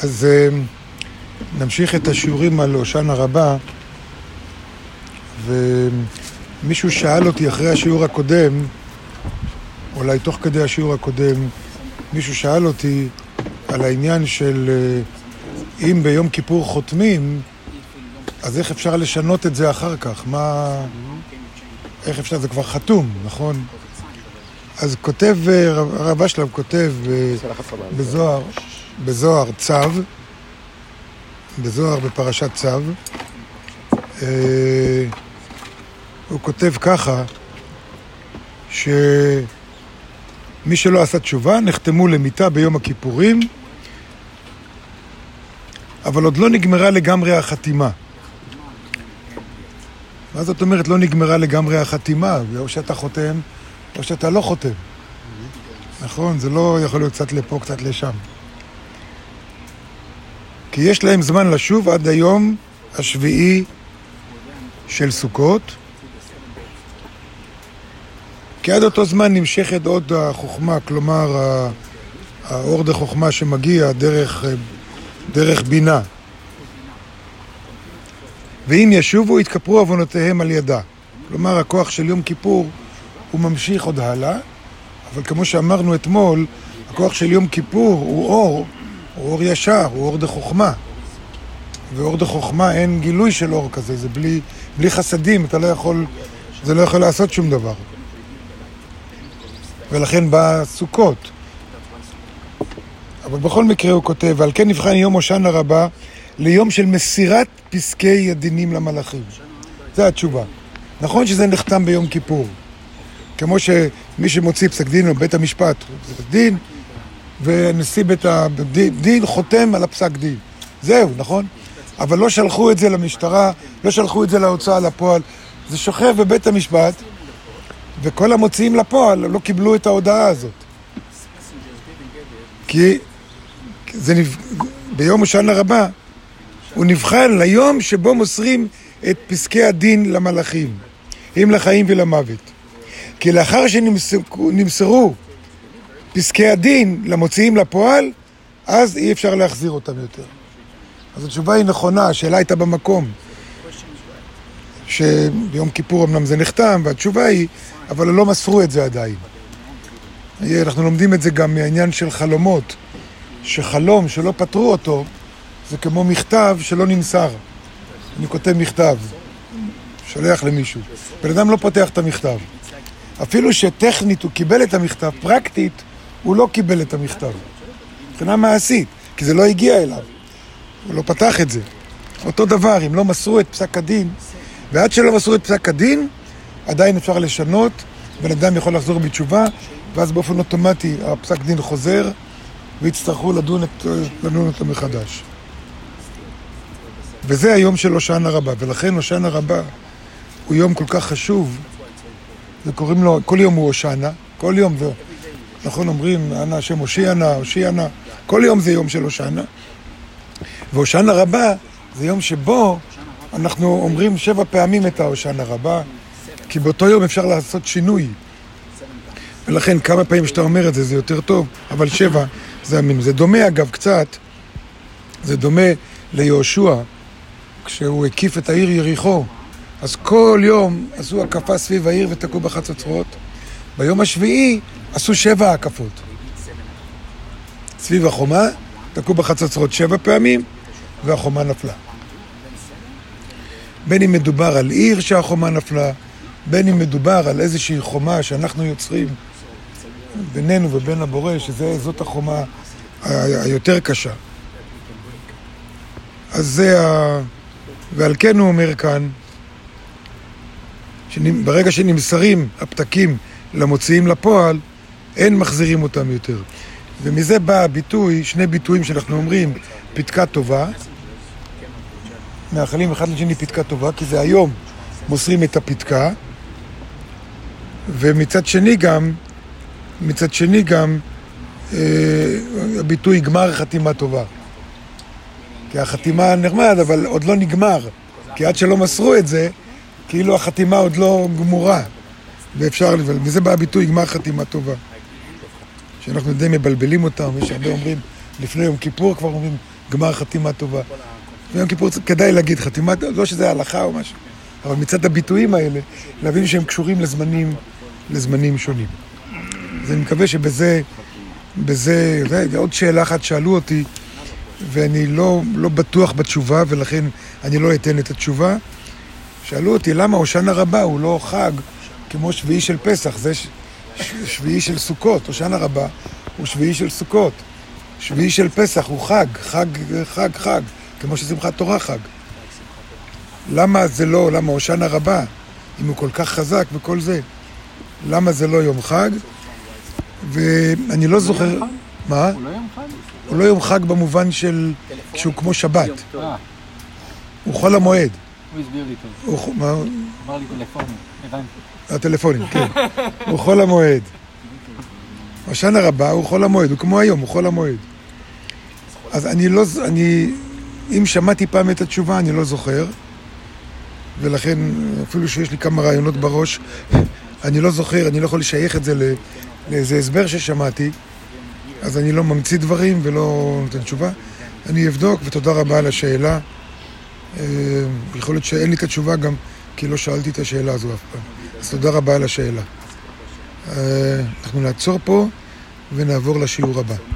אז נמשיך את השיעורים על הושענא רבה, ומישהו שאל אותי אחרי השיעור הקודם, אולי תוך כדי השיעור הקודם, מישהו שאל אותי על העניין של אם ביום כיפור חותמים, אז איך אפשר לשנות את זה אחר כך? איך אפשר? זה כבר חתום, נכון? אז כותב, הרב אשלב כותב בזוהר צו, בזוהר בפרשת צו, הוא כותב ככה, שמי שלא עשה תשובה נחתמו למיתה ביום הכיפורים, אבל עוד לא נגמרה לגמרי החתימה. מה זאת אומרת לא נגמרה לגמרי החתימה? או שאתה חותם, או שאתה לא חותם. נכון? זה לא יכול להיות קצת לפה, קצת לשם. כי יש להם זמן לשוב עד היום השביעי של סוכות, כי עד אותו זמן נמשכת עוד החוכמה, כלומר האור דחוכמה שמגיע דרך בינה. ואם ישובו, יתכפרו עוונותיהם על ידה. כלומר, הכוח של יום כיפור הוא ממשיך עוד הלאה, אבל כמו שאמרנו אתמול, הכוח של יום כיפור הוא אור ישר, הוא אור דחוכמה. ואור דחוכמה אין גילוי של אור כזה, זה בלי חסדים, זה לא יכול לעשות שום דבר. ולכן בא סוכות. אבל בכל מקרה הוא כותב, ועל כן נבחן יום הושענא רבה ליום של מסירת פסקי הדינים למלאכים. זה התשובה. נכון שזה נחתם ביום כיפור. כמו שמי שמוציא פסק דין או בית המשפט, פסק דין, ונשיא בית הדין חותם על הפסק דין. זהו, נכון? אבל לא שלחו את זה למשטרה, לא שלחו את זה להוצאה לפועל. זה שוכב בבית המשפט, וכל המוציאים לפועל לא קיבלו את ההודעה הזאת. כי ביום הושענא רבה הוא נבחן ליום שבו מוסרים את פסקי הדין למלאכים, אם לחיים ולמוות. כי לאחר שנמסרו פסקי הדין למוציאים לפועל, אז אי אפשר להחזיר אותם יותר. אז התשובה היא נכונה, השאלה הייתה במקום. שביום כיפור אמנם זה נחתם, והתשובה היא, אבל לא מסרו את זה עדיין. אנחנו לומדים את זה גם מהעניין של חלומות, שחלום שלא פתרו אותו, זה כמו מכתב שלא נמסר. אני כותב מכתב, שולח למישהו. בן אדם לא פותח את המכתב. אפילו שטכנית הוא קיבל את המכתב, פרקטית הוא לא קיבל את המכתב. מבחינה מעשית, כי זה לא הגיע אליו. הוא לא פתח את זה. אותו דבר, אם לא מסרו את פסק הדין, ועד שלא מסרו את פסק הדין, עדיין אפשר לשנות, בן אדם יכול לחזור בתשובה, ואז באופן אוטומטי הפסק דין חוזר, ויצטרכו לדון אותו מחדש. וזה היום של הושענא רבה, ולכן הושענא רבה הוא יום כל כך חשוב, וקוראים לו, כל יום הוא הושענא, כל יום, נכון אומרים, אנא השם הושיענא, כל יום זה יום של הושענא, והושענא רבה זה יום שבו אנחנו אומרים 7 פעמים את ההושענא רבה, כי באותו יום אפשר לעשות שינוי. ולכן כמה פעמים שאתה אומר את זה, זה יותר טוב, אבל 7 זה המינימום. זה דומה אגב קצת, זה דומה ליהושע, כשהוא הקיף את העיר יריחו. אז כל יום עשו הקפה סביב העיר ותקעו בחצוצרות. ביום השביעי עשו 7 הקפות. סביב החומה, תקעו בחצוצרות 7 פעמים, והחומה נפלה. בין אם מדובר על עיר שהחומה נפלה, בין אם מדובר על איזושהי חומה שאנחנו יוצרים בינינו ובין הבורא, שזאת החומה היותר קשה. אז זה ועל כן הוא אומר כאן, ברגע שנמסרים הפתקים למוציאים לפועל, אין מחזירים אותם יותר. ומזה בא הביטוי, 2 ביטויים שאנחנו אומרים, פתקה טובה, מאחלים אחד לשני פתקה טובה, כי זה היום מוסרים את הפתקה, ומצד שני גם הביטוי גמר חתימה טובה. כי החתימה נחמד, אבל עוד לא נגמר. כי עד שלא מסרו את זה, כאילו החתימה עוד לא גמורה. וזה בא הביטוי גמר חתימה טובה. שאנחנו די מבלבלים אותם, יש הרבה אומרים, לפני יום כיפור כבר אומרים, גמר חתימה טובה. ביום כיפור כדאי להגיד חתימה, לא שזה הלכה או משהו, אבל מצד הביטויים האלה, להבין שהם קשורים לזמנים שונים. אז אני מקווה שבזה, עוד שאלה אחת שאלו אותי, ואני לא בטוח בתשובה, ולכן אני לא אתן את התשובה. שאלו אותי, למה הושענא רבה הוא לא חג כמו שביעי של פסח, זה שביעי של סוכות, הושענא רבה הוא שביעי של סוכות. שביעי של פסח הוא חג, כמו ששמחת תורה חג. למה זה לא, למה הושענא רבה, אם הוא כל כך חזק וכל זה, למה זה לא יום חג? ואני לא זוכר... מה? הוא לא יום חג? הוא לא יום חג במובן של... שהוא כמו שבת. הוא חול המועד. הוא הסביר לי טוב. אמר לי טלפונים, הבנתי. הטלפונים, כן. הוא חול המועד. הושענא רבה הוא חול המועד, הוא כמו היום, הוא חול המועד. אז אם שמעתי פעם את התשובה, אני לא זוכר, ולכן, אפילו שיש לי כמה רעיונות בראש, אני לא זוכר, אני לא יכול לשייך את זה לאיזה הסבר ששמעתי, אז אני לא ממציא דברים ולא נותן תשובה. אני אבדוק, ותודה רבה על השאלה. יכול להיות שאין לי את התשובה גם, כי לא שאלתי את השאלה הזו אף פעם. אז תודה רבה על השאלה. אנחנו נעצור פה ונעבור לשיעור הבא.